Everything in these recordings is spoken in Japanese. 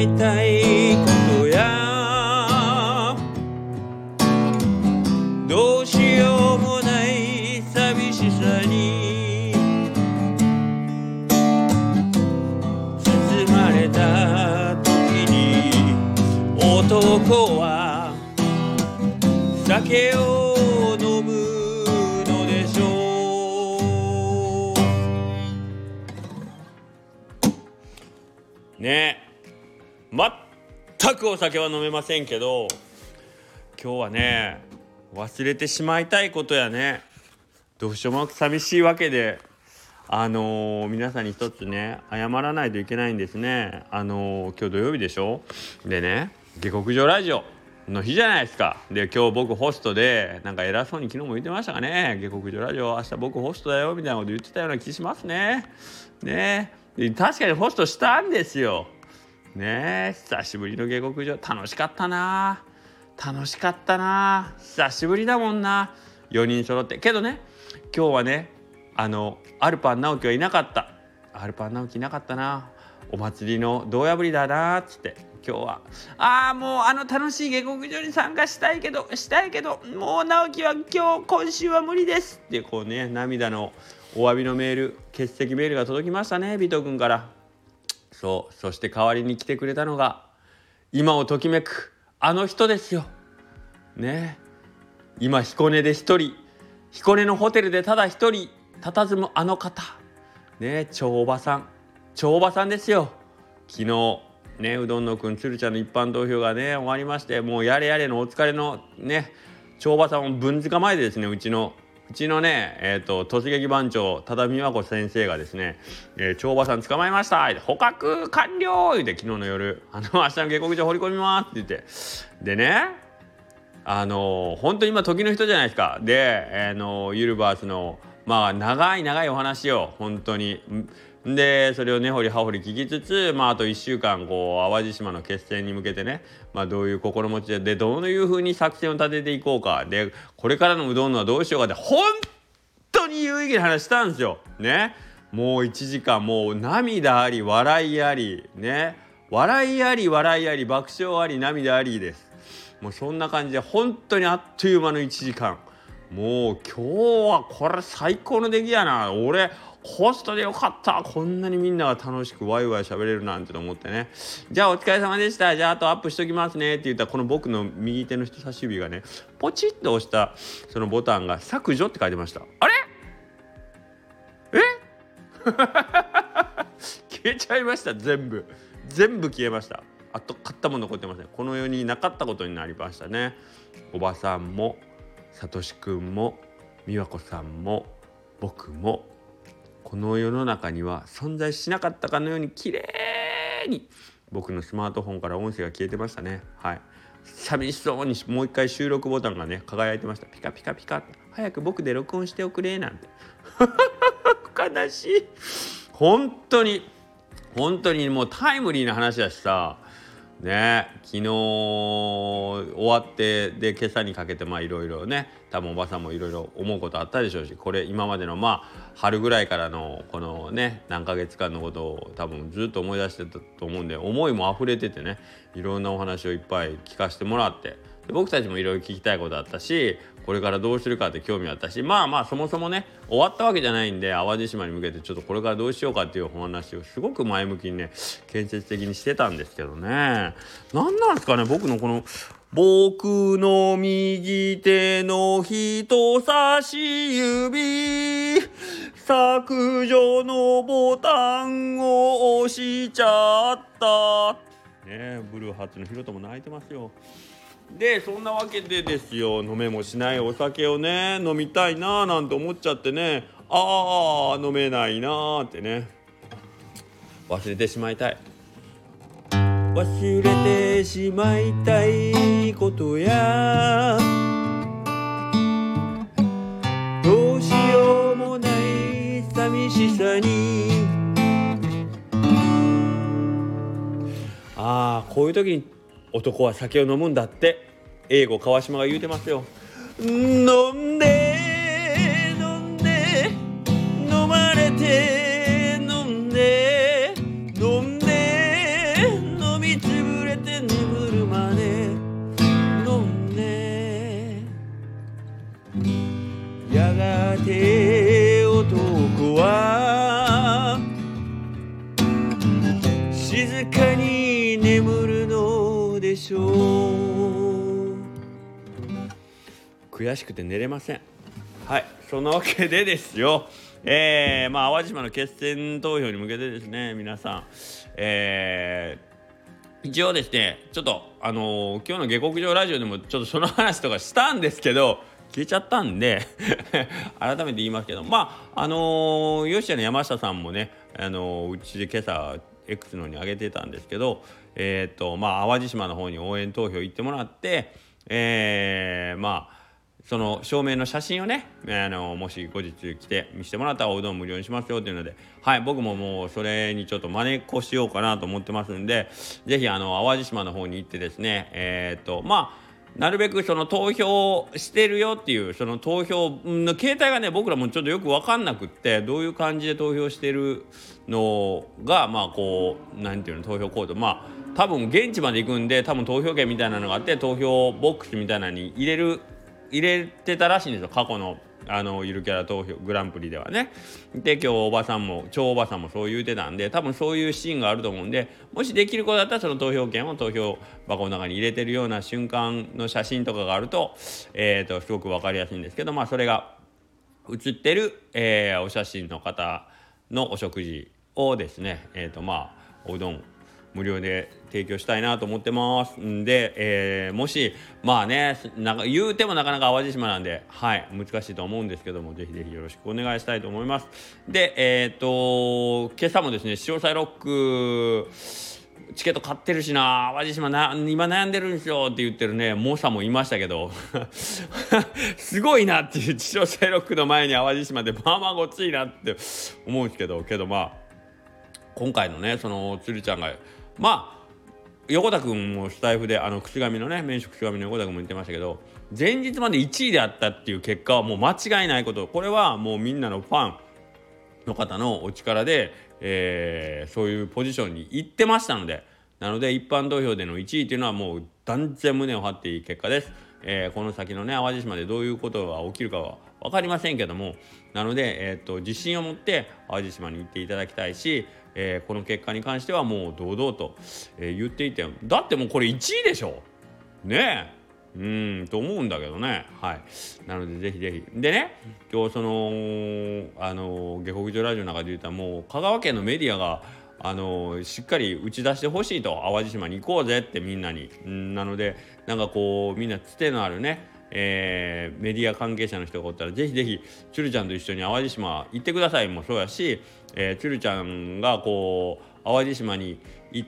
いたいことやどうしようもない寂しさに包まれた時に男は酒を飲むのでしょうね。全くお酒は飲めませんけど、今日はね忘れてしまいたいことやね、どうしようもなく寂しいわけで、皆さんに一つね謝らないといけないんですね。今日土曜日でしょ。でね、下克上ラジオの日じゃないですか。で今日僕ホストで、なんか偉そうに昨日も言ってましたかね、下克上ラジオ明日僕ホストだよみたいなこと言ってたような気しますね。ね、確かにホストしたんですよね。久しぶりの下克上楽しかったな。久しぶりだもんな、4人揃って。けどね、今日はねアルパン直樹はいなかった。アルパン直樹いなかったな。お祭りの胴破りだなっつって、今日はもう楽しい下克上に参加したいけどもう直樹は今週は無理ですってこうね、涙のお詫びのメール、欠席メールが届きましたね、ビト君から。そして代わりに来てくれたのが今をときめくあの人ですよね。今彦根で一人、彦根のホテルでただ一人佇むあの方ね、超おばさんですよ。昨日ね、うどんのくん鶴ちゃんの一般投票がね終わりまして、もうやれのお疲れのね超おばさんをぶん捕まえてですね、うちのね突撃番長多田美和子先生がですね、超おばさん捕まえました捕獲完了言って、昨日の夜明日の下克上掘り込みますって言って、でね本当に今時の人じゃないですか。でユルバースの長いお話を本当にで、それを根掘り葉掘り聞きつつ、あと1週間淡路島の決戦に向けてね、どういう心持ちでどういう風に作戦を立てていこうか、でこれからのうどんのはどうしようかって本当に有意義な話したんですよね。もう1時間もう涙あり笑いありね、笑いあり爆笑あり涙ありです。もうそんな感じで本当にあっという間の1時間、もう今日はこれ最高の出来やな、俺ホストでよかった、こんなにみんなが楽しくワイワイ喋れるなんて思ってね。じゃあお疲れ様でした、じゃああとアップしときますねって言ったら、この僕の右手の人差し指がねポチッと押したそのボタンが削除って書いてました。あれ消えちゃいました。全部消えました。あと買ったもの残ってません。この世になかったことになりましたね。おばさんもさとしくんも美和子さんも僕もこの世の中には存在しなかったかのように綺麗に僕のスマートフォンから音声が消えてましたね。はい、寂しそうにもう一回収録ボタンがね輝いてました。ピカピカピカって、早く僕で録音しておくれなんて悲しい。本当にもうタイムリーな話だしさね、昨日終わってで今朝にかけていろいろね、多分おばさんもいろいろ思うことあったでしょうし、これ今までの春ぐらいからのこのね何ヶ月間のことを多分ずっと思い出してたと思うんで、思いも溢れててね、いろんなお話をいっぱい聞かせてもらって、で僕たちもいろいろ聞きたいことあったし、これからどうするかって興味あったし、そもそもね終わったわけじゃないんで、淡路島に向けてちょっとこれからどうしようかっていうお話をすごく前向きにね建設的にしてたんですけどね。なんですかね、僕のこの僕の右手の人差し指削除のボタンを押しちゃったね。ブルーハーツのヒロトも泣いてますよ。でそんなわけでですよ、飲めもしないお酒をね飲みたいななんて思っちゃってね、飲めないなってね、忘れてしまいたいことやどうしようもない寂しさに、こういう時に男は酒を飲むんだって英語川島が言うてますよ。飲んで飲まれて飲んで飲みつしょう。悔しくて寝れません。はい、そんなわけでですよ、淡路島の決選投票に向けてですね、皆さん、一応ですね、ちょっと今日の下克上ラジオでもちょっとその話とかしたんですけど消えちゃったんで改めて言いますけど、吉谷の山下さんもね、うちで今朝 X の方に上げてたんですけど、淡路島の方に応援投票行ってもらって、その証明の写真をね、もし後日来て見せてもらったらおうどん無料にしますよっていうので、はい、僕ももうそれにちょっと真似っこしようかなと思ってますんで、ぜひ淡路島の方に行ってですね、なるべくその投票してるよっていうその投票の形態がね、僕らもちょっとよく分かんなくって、どういう感じで投票してるのがこうなんていうの、投票コード、多分現地まで行くんで、多分投票券みたいなのがあって投票ボックスみたいなのに入れてたらしいんですよ、過去のゆるキャラ投票グランプリではね。で今日超おばさんもそう言うてたんで、多分そういうシーンがあると思うんで、もしできる子だったらその投票券を投票箱の中に入れてるような瞬間の写真とかがあると、すごく分かりやすいんですけど、それが写ってる、お写真の方のお食事をですね、おうどん無料で提供したいなと思ってますんで、もし言うてもなかなか淡路島なんで、はい、難しいと思うんですけども、ぜひぜひよろしくお願いしたいと思います。で今朝もですね、潮騒ロックチケット買ってるしな、淡路島今悩んでるんですよって言ってるね猛者もいましたけどすごいなっていう、潮騒ロックの前に淡路島でごついなって思うんですけど今回のね、その鶴ちゃんが横田君もスタイフで口紙のね、免職口紙の横田君も言ってましたけど、前日まで1位であったっていう結果はもう間違いないこと、これはもうみんなのファンの方のお力で、そういうポジションに行ってましたので、なので一般投票での1位というのはもう断然胸を張っていい結果です。この先のね、淡路島でどういうことが起きるかは分かりませんけども、なので、自信を持って淡路島に行っていただきたいし、この結果に関してはもう堂々と、言っていて、だってもうこれ1位でしょねえ、と思うんだけどね。はい、なのでぜひぜひでね、今日その下克上ラジオの中で言ったら、もう香川県のメディアがしっかり打ち出してほしいと、淡路島に行こうぜってみんなに、なのでみんなつてのあるね、メディア関係者の人がおったら、ぜひぜひつるちゃんと一緒に淡路島行ってくださいもそうやし、つるちゃんが淡路島に行って、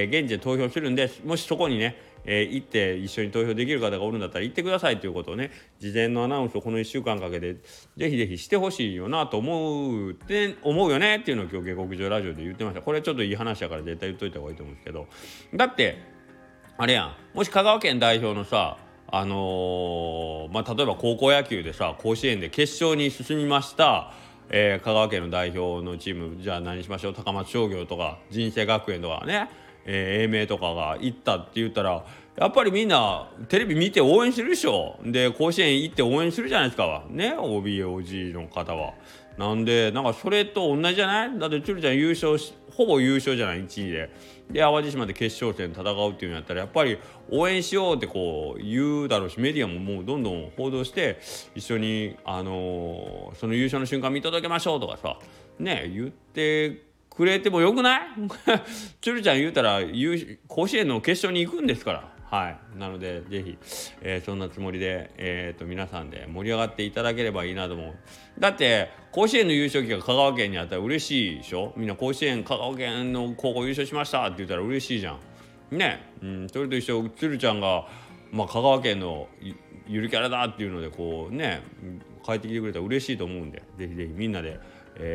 現地で投票するんで、もしそこにね行って一緒に投票できる方がおるんだったら行ってくださいということをね、事前のアナウンスをこの1週間かけてぜひぜひしてほしいよなと思うよねっていうのを今日下克上ラジオで言ってました。これちょっといい話だから絶対言っといた方がいいと思うんですけど、だってあれやん、もし香川県代表のさ、例えば高校野球でさ、甲子園で決勝に進みました、香川県の代表のチーム、じゃあ何しましょう、高松商業とか人生学園とかね、英明とかが行ったって言ったら、やっぱりみんなテレビ見て応援するでしょ。で甲子園行って応援するじゃないですかね、 OBOG の方は。なんでそれと同じじゃない。だってつるちゃんほぼ優勝じゃない、1位で淡路島で決勝戦戦うっていうんやったら、やっぱり応援しようってこう言うだろうし、メディアももうどんどん報道して一緒に、その優勝の瞬間見届けましょうとかさね、言ってくれてもよくないつるちゃん言うたら甲子園の決勝に行くんですから。はい、なのでぜひ、そんなつもりで、皆さんで盛り上がっていただければいいなと思う。だって甲子園の優勝旗が香川県にあったら嬉しいでしょ。みんな甲子園香川県の高校優勝しましたって言ったら嬉しいじゃんね。それと一緒、つるちゃんが、香川県のゆるキャラだっていうのでこうね帰ってきてくれたら嬉しいと思うんで、ぜひぜひみんなで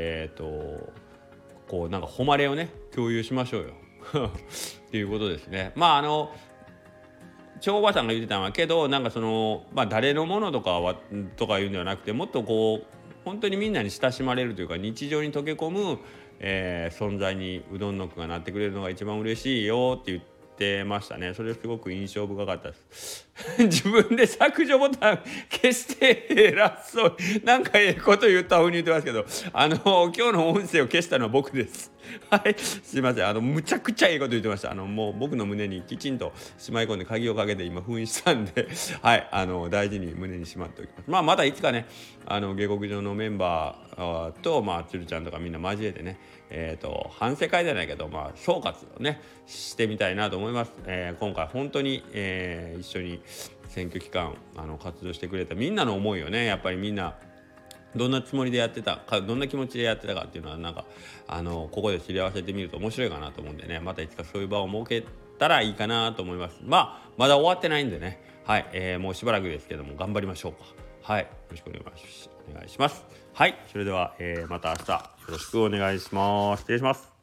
誉れをね共有しましょうよっていうことですね。超おばさんが言ってたのはけど、誰のものとかいうんではなくて、もっとこう本当にみんなに親しまれるというか日常に溶け込む、存在にうどんの句がなってくれるのが一番嬉しいよって言っってましたね。それすごく印象深かったです自分で削除ボタン消して偉そうなんかええこと言ったふうに言ってますけど、今日の音声を消したのは僕ですはいすいません、むちゃくちゃええこと言ってました。もう僕の胸にきちんとしまい込んで鍵をかけて今封印したんではい大事に胸にしまっておきます。またいつかね下克上のメンバーと鶴ちゃんとかみんな交えてね反省会じゃないけど総括をねしてみたいなと思います。今回本当に、一緒に選挙期間活動してくれたみんなの思いをね、やっぱりみんなどんなつもりでやってたか、どんな気持ちでやってたかっていうのはなんかここで知り合わせてみると面白いかなと思うんでね、またいつかそういう場を設けたらいいかなと思います。まだ終わってないんでね、はい、もうしばらくですけども頑張りましょうか。はい、よろしくお願いします。はい、それでは、また明日よろしくお願いします。失礼します。